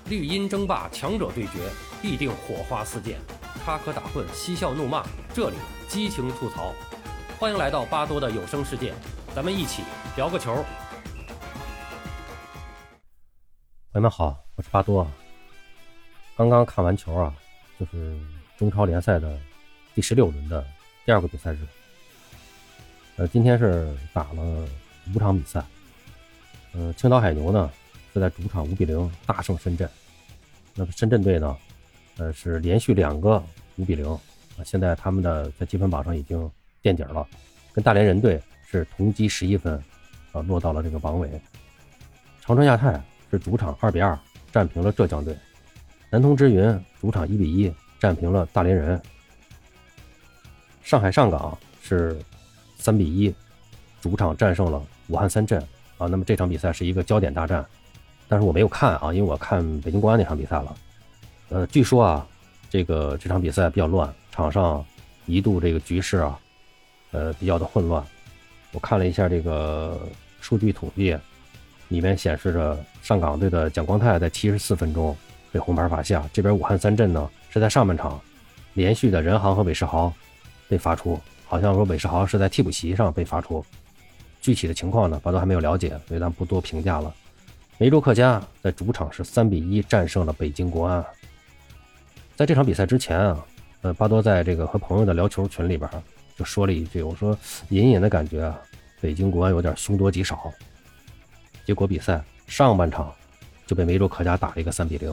绿茵争霸，强者对决，必定火花四溅，插科打诨，嬉笑怒骂，这里激情吐槽。欢迎来到巴多的有声世界，咱们一起聊个球。朋友们好，我是巴多。刚刚看完球啊，就是中超联赛的第16轮的第二个比赛日。今天是打了5场比赛。青岛海牛呢是在主场5-0大胜深圳。那么深圳队呢，是连续2个5-0，现在他们的在积分榜上已经垫底了，跟大连人队是同积11分，落到了这个榜尾。长春亚泰是主场2-2战平了浙江队，南通之云主场1-1战平了大连人，上海上港是3-1主场战胜了武汉三镇啊。那么这场比赛是一个焦点大战，但是我没有看啊，因为我看北京国安那场比赛了。据说啊，这场比赛比较乱，场上一度这个局势啊，比较的混乱。我看了一下这个数据统计，里面显示着上港队的蒋光太在74分钟被红牌罚下，这边武汉三镇呢是在上半场连续的任航和韦世豪被罚出，好像说韦世豪是在替补席上被罚出。具体的情况呢，巴多还没有了解，所以咱不多评价了。梅州客家在主场是3-1战胜了北京国安。在这场比赛之前啊，巴多在这个和朋友的聊球群里边就说了一句，我说隐隐的感觉啊，北京国安有点凶多吉少。结果比赛上半场就被梅州客家打了一个3-0。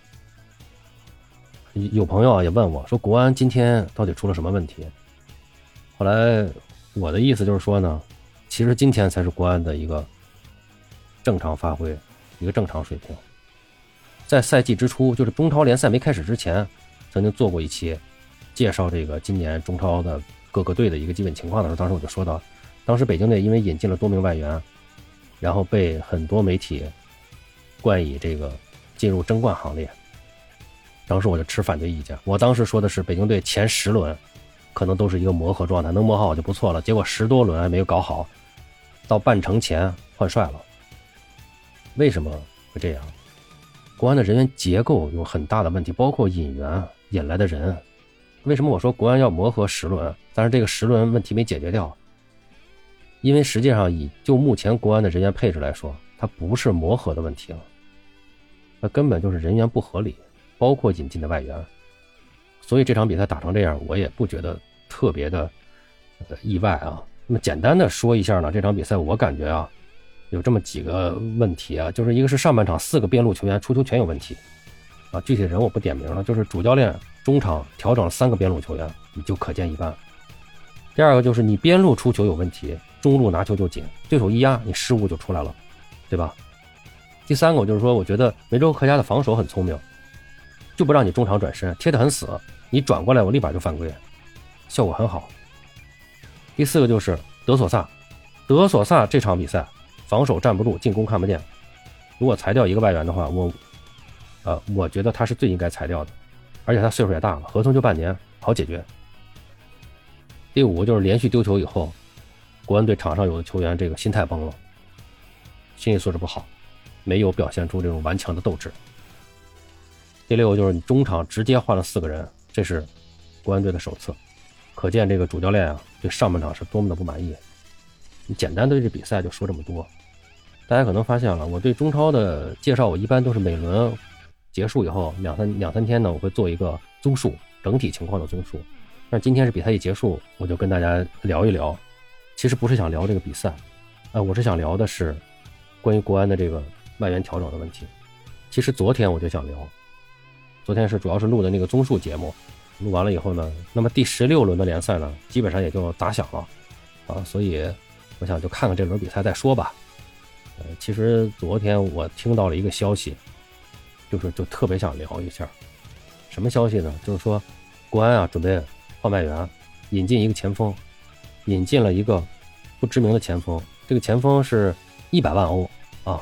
有朋友啊也问我说，国安今天到底出了什么问题？后来我的意思就是说呢，其实今天才是国安的一个正常发挥，一个正常水平。在赛季之初，就是中超联赛没开始之前，曾经做过一期介绍这个今年中超的各个队的一个基本情况的时候，当时我就说到，当时北京队因为引进了多名外援，然后被很多媒体冠以这个进入争冠行列。当时我就持反对意见，我当时说的是北京队前10轮可能都是一个磨合状态，能磨合好就不错了，结果10多轮还没有搞好，到半程前换帅了。为什么会这样？国安的人员结构有很大的问题，包括引援引来的人。为什么我说国安要磨合10轮？但是这个10轮问题没解决掉，因为实际上就目前国安的人员配置来说，它不是磨合的问题了，它根本就是人员不合理，包括引进的外援。所以这场比赛打成这样，我也不觉得特别的意外啊。那么简单的说一下呢，这场比赛我感觉啊，有这么几个问题啊，就是一个是上半场4个边路球员出球全有问题啊，具体人我不点名了，就是主教练中场调整了3个边路球员，你就可见一斑。第二个就是你边路出球有问题，中路拿球就紧，对手一压你失误就出来了，对吧？第三个就是说，我觉得梅州客家的防守很聪明，就不让你中场转身，贴得很死，你转过来我立马就犯规，效果很好。第四个就是德索萨这场比赛防守站不住，进攻看不见。如果裁掉一个外援的话，我觉得他是最应该裁掉的，而且他岁数也大了，合同就半年，好解决。第5就是连续丢球以后，国安队场上有的球员这个心态崩了，心理素质不好，没有表现出这种顽强的斗志。第6就是你中场直接换了4个人，这是国安队的首次，可见这个主教练啊对上半场是多么的不满意。你简单对这比赛就说这么多，大家可能发现了，我对中超的介绍，我一般都是每轮结束以后两三天呢，我会做一个综述，整体情况的综述。但今天是比赛一结束，我就跟大家聊一聊。其实不是想聊这个比赛，我是想聊的是关于国安的这个外援调整的问题。其实昨天我就想聊，昨天是主要是录的那个综述节目，录完了以后呢，那么第16轮的联赛呢，基本上也就打响了啊，所以我想就看看这轮比赛再说吧。其实昨天我听到了一个消息，就特别想聊一下。什么消息呢？就是说国安啊准备换外援，引进一个前锋，引进了一个不知名的前锋，这个前锋是100万欧啊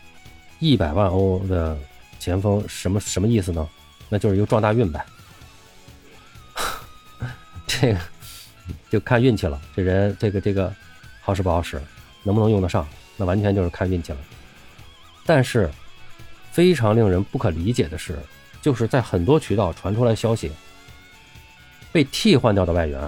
，100万欧的前锋什么意思呢？那就是一个撞大运呗。这个就看运气了，这人这个好使不好使，能不能用得上，那完全就是看运气了。但是非常令人不可理解的是，就是在很多渠道传出来消息，被替换掉的外援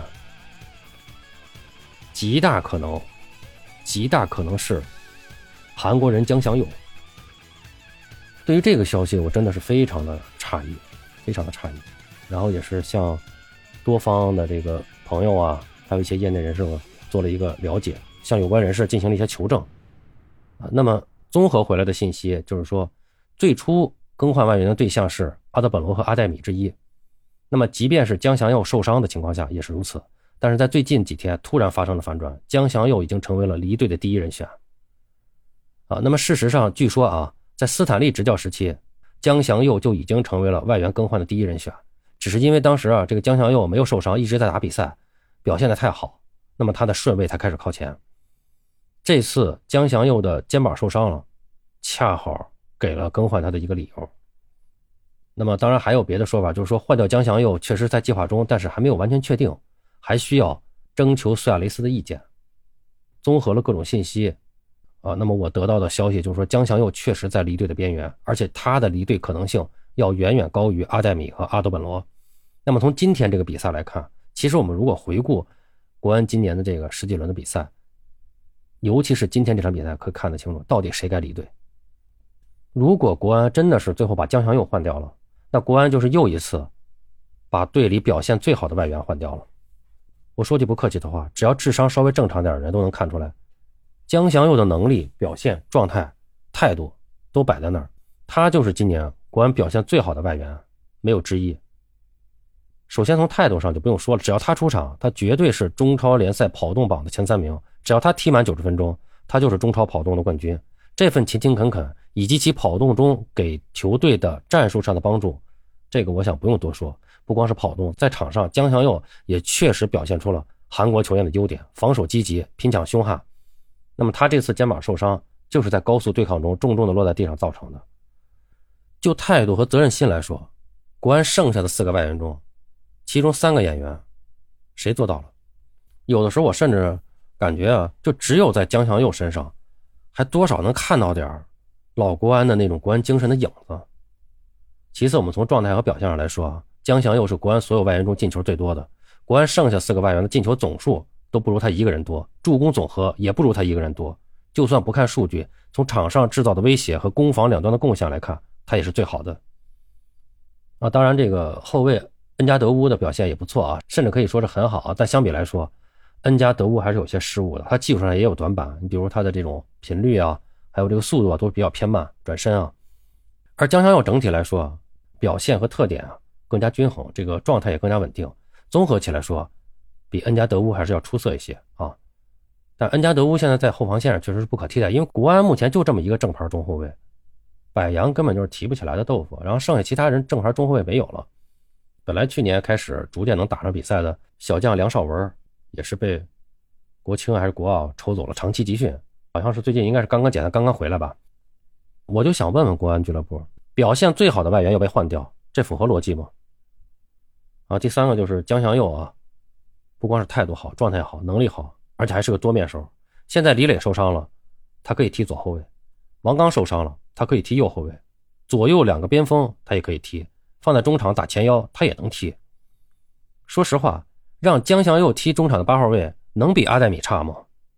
极大可能是韩国人姜祥佑。对于这个消息我真的是非常的诧异。然后也是向多方的这个朋友啊，还有一些业内人士做了一个了解，向有关人士进行了一些求证。那么综合回来的信息就是说，最初更换外援的对象是阿德本罗和阿戴米之一。那么即便是姜祥佑受伤的情况下也是如此，但是在最近几天突然发生了反转，姜祥佑已经成为了离队的第一人选。那么事实上据说在斯坦利执教时期，姜祥佑就已经成为了外援更换的第一人选，只是因为当时这个姜祥佑没有受伤，一直在打比赛，表现得太好，那么他的顺位才开始靠前。这次姜祥佑的肩膀受伤了，恰好给了更换他的一个理由。那么当然还有别的说法，就是说换掉姜祥佑确实在计划中，但是还没有完全确定，还需要征求苏亚雷斯的意见。综合了各种信息那么我得到的消息就是说，姜祥佑确实在离队的边缘，而且他的离队可能性要远远高于阿戴米和阿德本罗。那么从今天这个比赛来看，其实我们如果回顾国安今年的这个十几轮的比赛，尤其是今天这场比赛，可以看得清楚到底谁该离队。如果国安真的是最后把姜祥佑换掉了，那国安就是又一次把队里表现最好的外援换掉了。我说句不客气的话，只要智商稍微正常点的人都能看出来，姜祥佑的能力、表现、状态、态度都摆在那儿，他就是今年国安表现最好的外援，没有之一。首先从态度上就不用说了，只要他出场，他绝对是中超联赛跑动榜的前3名，只要他踢满90分钟，他就是中超跑动的冠军。这份勤勤恳恳以及其跑动中给球队的战术上的帮助，这个我想不用多说。不光是跑动，在场上姜祥佑也确实表现出了韩国球员的优点，防守积极，拼抢凶悍。那么他这次肩膀受伤就是在高速对抗中重重的落在地上造成的。就态度和责任心来说，国安剩下的4个外援中，其中3个演员谁做到了？有的时候我甚至感觉就只有在姜祥佑身上还多少能看到点老国安的那种国安精神的影子。其次我们从状态和表现上来说，姜祥佑是国安所有外援中进球最多的，国安剩下4个外援的进球总数都不如他一个人多，助攻总和也不如他一个人多。就算不看数据，从场上制造的威胁和攻防两端的贡献来看，他也是最好的。当然这个后卫恩加德乌的表现也不错甚至可以说是很好但相比来说，恩加德乌还是有些失误的，他技术上也有短板，你比如他的这种频率还有这个速度都比较偏慢，转身而姜祥佑整体来说表现和特点更加均衡，这个状态也更加稳定，综合起来说比恩加德乌还是要出色一些但恩加德乌现在在后防线上确实是不可替代，因为国安目前就这么一个正牌中后卫，柏杨根本就是提不起来的豆腐，然后剩下其他人正牌中后卫没有了。本来去年开始逐渐能打上比赛的小将梁绍文也是被国青还是国奥抽走了长期集训，好像是最近应该是刚刚检查刚刚回来吧。我就想问问国安俱乐部，表现最好的外援要被换掉，这符合逻辑吗？第3个就是姜祥佑不光是态度好，状态好，能力好，而且还是个多面手。现在李磊受伤了，他可以踢左后卫；王刚受伤了，他可以踢右后卫；左右2个边锋他也可以踢，放在中场打前腰他也能踢。说实话，让姜祥佑踢中场的8号位能比阿戴米差吗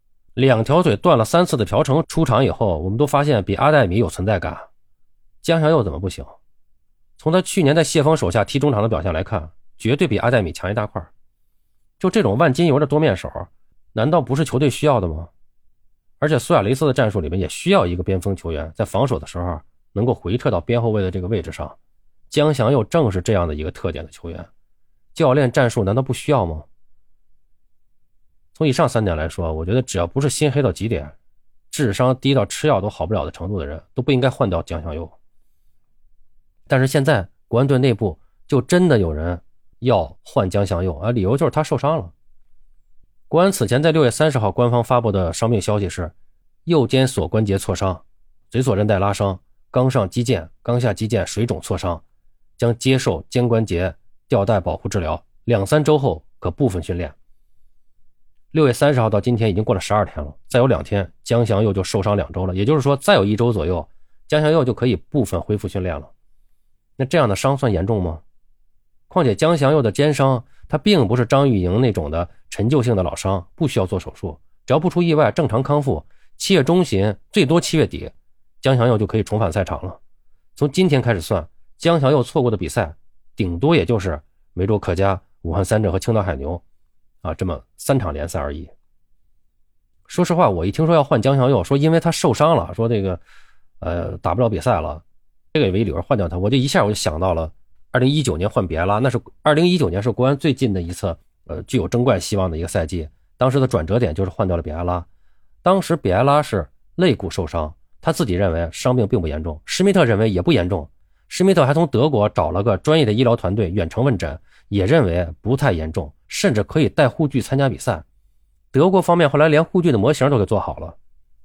？2条腿断了3次的朴成出场以后，我们都发现比阿戴米有存在感，姜祥佑怎么不行？从他去年在谢峰手下踢中场的表现来看，绝对比阿戴米强一大块。就这种万金油的多面手，难道不是球队需要的吗？而且苏亚雷斯的战术里面也需要一个边锋球员在防守的时候能够回撤到边后卫的这个位置上，姜祥佑正是这样的一个特点的球员，教练战术难道不需要吗？从以上3点来说，我觉得只要不是心黑到极点，智商低到吃药都好不了的程度的人，都不应该换掉姜祥佑。但是现在国安队内部就真的有人要换姜祥佑理由就是他受伤了。国安此前在6月30号官方发布的伤病消息是右肩锁关节挫伤，嘴锁韧带拉伤，肛上肌腱、肛下肌腱水肿挫伤，将接受肩关节吊带保护治疗，2-3周后可部分训练。6月30号到今天已经过了12天了，再有2天姜祥佑就受伤2周了，也就是说再有1周左右江祥佑就可以部分恢复训练了。那这样的伤算严重吗？况且江祥佑的肩伤，他并不是张玉莹那种的陈旧性的老伤，不需要做手术，只要不出意外正常康复，7月中旬最多7月底江祥佑就可以重返赛场了。从今天开始算，江祥佑错过的比赛顶多也就是梅州客家、武汉三镇和青岛海牛这么3场联赛而已。说实话，我一听说要换江祥佑，说因为他受伤了，说这个打不了比赛了，这个为理由换掉他，我就想到了2019年换比埃拉，那是2019年是国安最近的一次具有争冠希望的一个赛季，当时的转折点就是换掉了比埃拉。当时比埃拉是肋骨受伤，他自己认为伤病并不严重，施密特认为也不严重，施密特还从德国找了个专业的医疗团队远程问诊，也认为不太严重，甚至可以带护具参加比赛。德国方面后来连护具的模型都给做好了。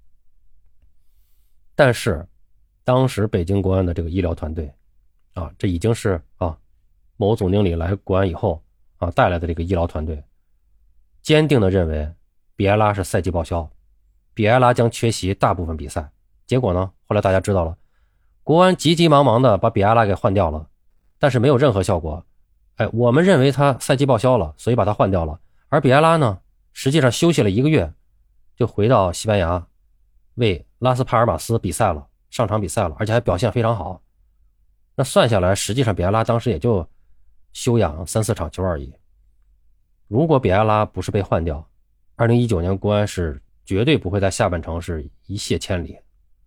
但是当时北京国安的这个医疗团队这已经是某总经理来国安以后带来的这个医疗团队坚定地认为比埃拉是赛季报销，比埃拉将缺席大部分比赛。结果呢，后来大家知道了，国安急急忙忙的把比埃拉给换掉了，但是没有任何效果。我们认为他赛季报销了，所以把他换掉了，而比埃拉呢实际上休息了1个月就回到西班牙为拉斯帕尔马斯比赛了，上场比赛了，而且还表现非常好。那算下来，实际上比埃拉当时也就休养3-4场球而已。如果比埃拉不是被换掉，2019年国安是绝对不会在下半程是一泻千里。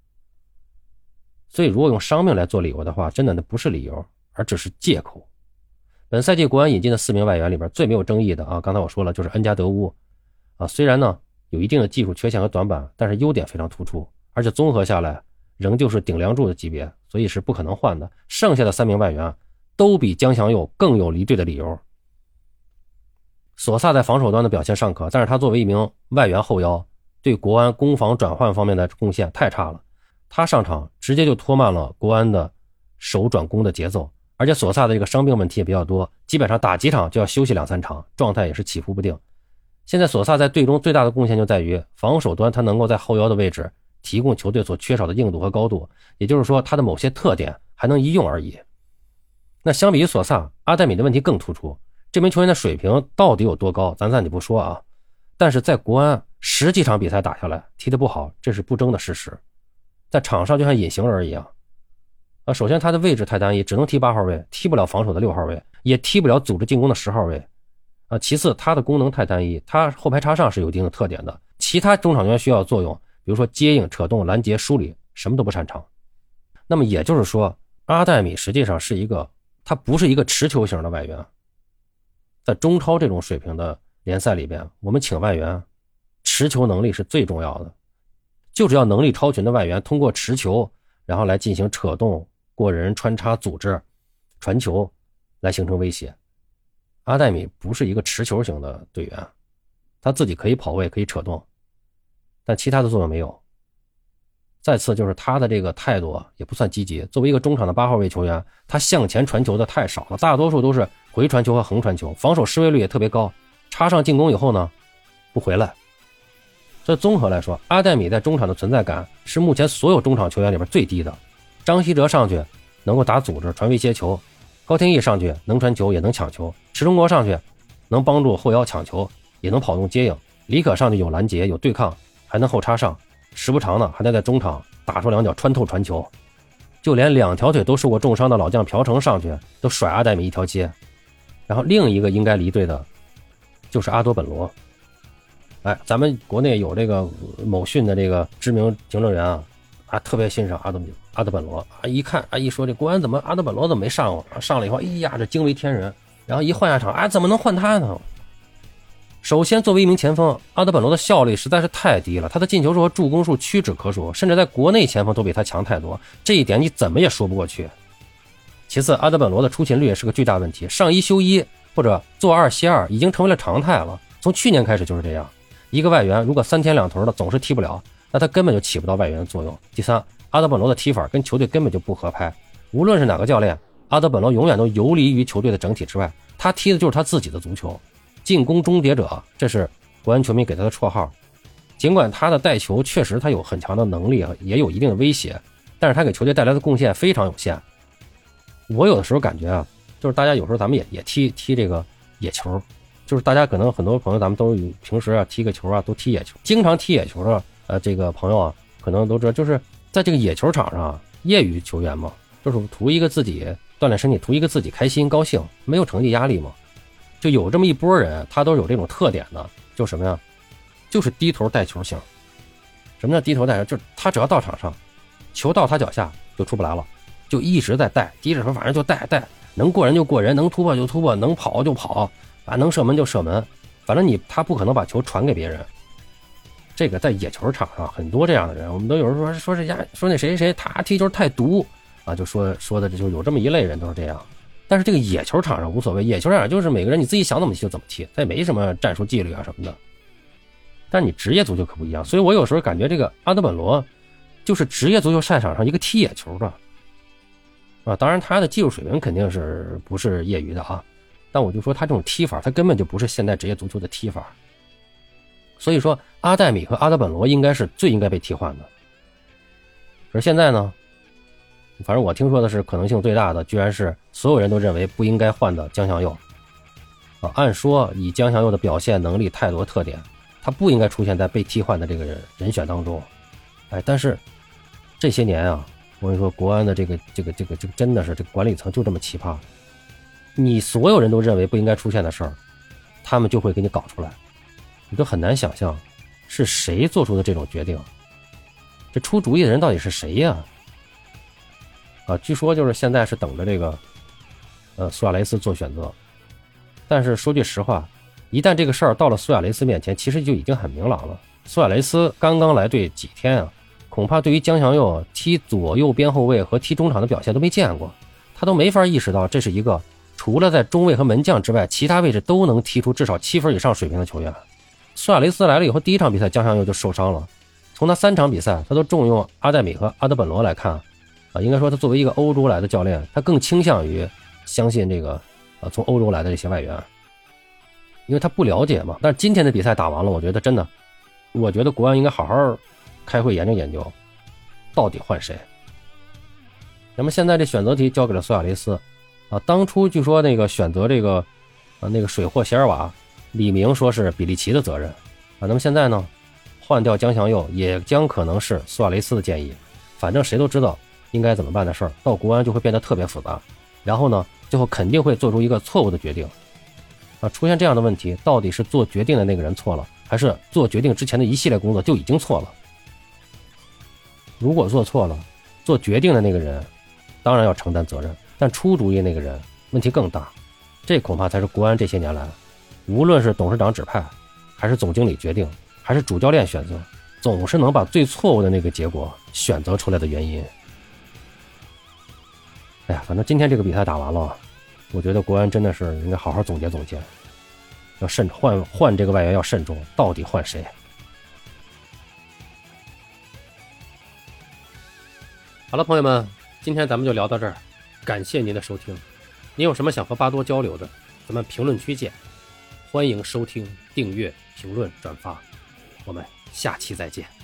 所以如果用伤病来做理由的话，真的那不是理由，而只是借口。本赛季国安引进的4名外援里边最没有争议的刚才我说了就是恩加德乌虽然呢有一定的技术缺陷和短板，但是优点非常突出，而且综合下来仍旧是顶梁柱的级别，所以是不可能换的。剩下的3名外援都比江祥佑更有离队的理由。索萨在防守端的表现尚可，但是他作为一名外援后腰，对国安攻防转换方面的贡献太差了，他上场直接就拖慢了国安的守转攻的节奏，而且索萨的这个伤病问题也比较多，基本上打几场就要休息2-3场，状态也是起伏不定。现在索萨在队中最大的贡献就在于防守端，他能够在后腰的位置提供球队所缺少的硬度和高度，也就是说他的某些特点还能一用而已。那相比于索萨，阿戴米的问题更突出，这名球员的水平到底有多高咱暂且不说但是在国安10几场比赛打下来踢得不好，这是不争的事实，在场上就像隐形人一样首先他的位置太单一，只能踢8号位，踢不了防守的6号位，也踢不了组织进攻的10号位其次他的功能太单一，他后排插上是有一定的特点的，其他中场球员需要的作用，比如说接应、扯动、拦截、梳理，什么都不擅长。那么也就是说，阿戴米实际上是他不是一个持球型的外援。在中超这种水平的联赛里边，我们请外援持球能力是最重要的，就是要能力超群的外援通过持球然后来进行扯动、过人、穿插、组织、传球来形成威胁。阿戴米不是一个持球型的队员，他自己可以跑位可以扯动，但其他的作用没有。再次就是他的这个态度也不算积极，作为一个中场的8号位球员，他向前传球的太少了，大多数都是回传球和横传球，防守失位率也特别高，插上进攻以后呢不回来。所以综合来说，阿戴米在中场的存在感是目前所有中场球员里边最低的。张稀哲上去能够打组织传威胁球，高天意上去能传球也能抢球，池中国上去能帮助后腰抢球也能跑动接应，李可上去有拦截有对抗还能后插上，时不常呢还能在中场打出2脚穿透传球，就连2条腿都受过重伤的老将朴成上去都甩阿戴米一条街。然后另一个应该离队的就是阿多本罗。咱们国内有这个某讯的这个知名评论员特别欣赏阿德本罗一看一说这国安怎么阿德本罗怎么没上过上了以后这惊为天人，然后一换下场怎么能换他呢？首先作为一名前锋，阿德本罗的效率实在是太低了，他的进球数和助攻数屈指可数，甚至在国内前锋都比他强太多，这一点你怎么也说不过去。其次，阿德本罗的出勤率也是个巨大问题，上1休1或者做2歇2已经成为了常态了，从去年开始就是这样。一个外援如果3天2头的总是踢不了，那他根本就起不到外援的作用。第三，阿德本罗的踢法跟球队根本就不合拍，无论是哪个教练，阿德本罗永远都游离于球队的整体之外，他踢的就是他自己的足球，进攻终结者，这是国安球迷给他的绰号。尽管他的带球确实他有很强的能力也有一定的威胁， 但是他给球队带来的贡献非常有限。我有的时候感觉啊，就是大家有时候咱们也踢这个野球，就是大家可能很多朋友咱们都平时啊踢个球啊都踢野球，经常踢野球的这个朋友啊，可能都知道，就是在这个野球场上，业余球员嘛，就是图一个自己锻炼身体，图一个自己开心高兴，没有成绩压力嘛。就有这么一波人，他都有这种特点的，就什么呀？就是低头带球型。什么叫低头带球？就是他只要到场上，球到他脚下就出不来了，就一直在带，低着头反正就带，能过人就过人，能突破就突破，能跑就跑，能射门就射门，反正他不可能把球传给别人。这个在野球场上很多这样的人，我们都有人说这家说那谁他踢球太毒啊，就说的就有这么一类人都是这样。但是这个野球场上无所谓，野球场上就是每个人你自己想怎么踢就怎么踢，他也没什么战术纪律啊什么的。但你职业足球可不一样，所以我有时候感觉这个阿德本罗就是职业足球赛场上一个踢野球的啊，当然他的技术水平肯定是不是业余的啊，但我就说他这种踢法，他根本就不是现代职业足球的踢法。所以说阿戴米和阿德本罗应该是最应该被替换的。可是现在呢，反正我听说的是可能性最大的居然是所有人都认为不应该换的江祥佑啊。按说以江祥佑的表现能力态度特点，他不应该出现在被替换的这个人选当中。但是这些年啊，我跟你说国安的这个真的是这个管理层就这么奇葩，你所有人都认为不应该出现的事儿，他们就会给你搞出来，你都很难想象是谁做出的这种决定，这出主意的人到底是谁呀？据说就是现在是等着这个苏亚雷斯做选择。但是说句实话，一旦这个事儿到了苏亚雷斯面前，其实就已经很明朗了。苏亚雷斯刚刚来队几天啊，恐怕对于江祥佑踢左右边后卫和踢中场的表现都没见过，他都没法意识到这是一个除了在中卫和门将之外，其他位置都能踢出至少7分以上水平的球员。苏亚雷斯来了以后，第一场比赛江祥佑就受伤了，从他3场比赛他都重用阿戴米和阿德本罗来看应该说他作为一个欧洲来的教练，他更倾向于相信这个从欧洲来的这些外援，因为他不了解嘛。但是今天的比赛打完了，我觉得国安应该好好开会研究到底换谁。那么现在这选择题交给了苏亚雷斯当初据说那个选择这个那个水货席尔瓦，李明说是比利奇的责任那么现在呢，换掉江祥佑也将可能是苏亚雷斯的建议。反正谁都知道应该怎么办的事儿，到国安就会变得特别复杂，然后呢最后肯定会做出一个错误的决定出现这样的问题，到底是做决定的那个人错了，还是做决定之前的一系列工作就已经错了？如果做错了，做决定的那个人当然要承担责任，但出主意那个人问题更大。这恐怕才是国安这些年来无论是董事长指派，还是总经理决定，还是主教练选择，总是能把最错误的那个结果选择出来的原因。反正今天这个比赛打完了，我觉得国安真的是应该好好总结，要换这个外援要慎重，到底换谁？好了，朋友们，今天咱们就聊到这儿，感谢您的收听。您有什么想和巴多交流的，咱们评论区见。欢迎收听、订阅、评论、转发，我们下期再见。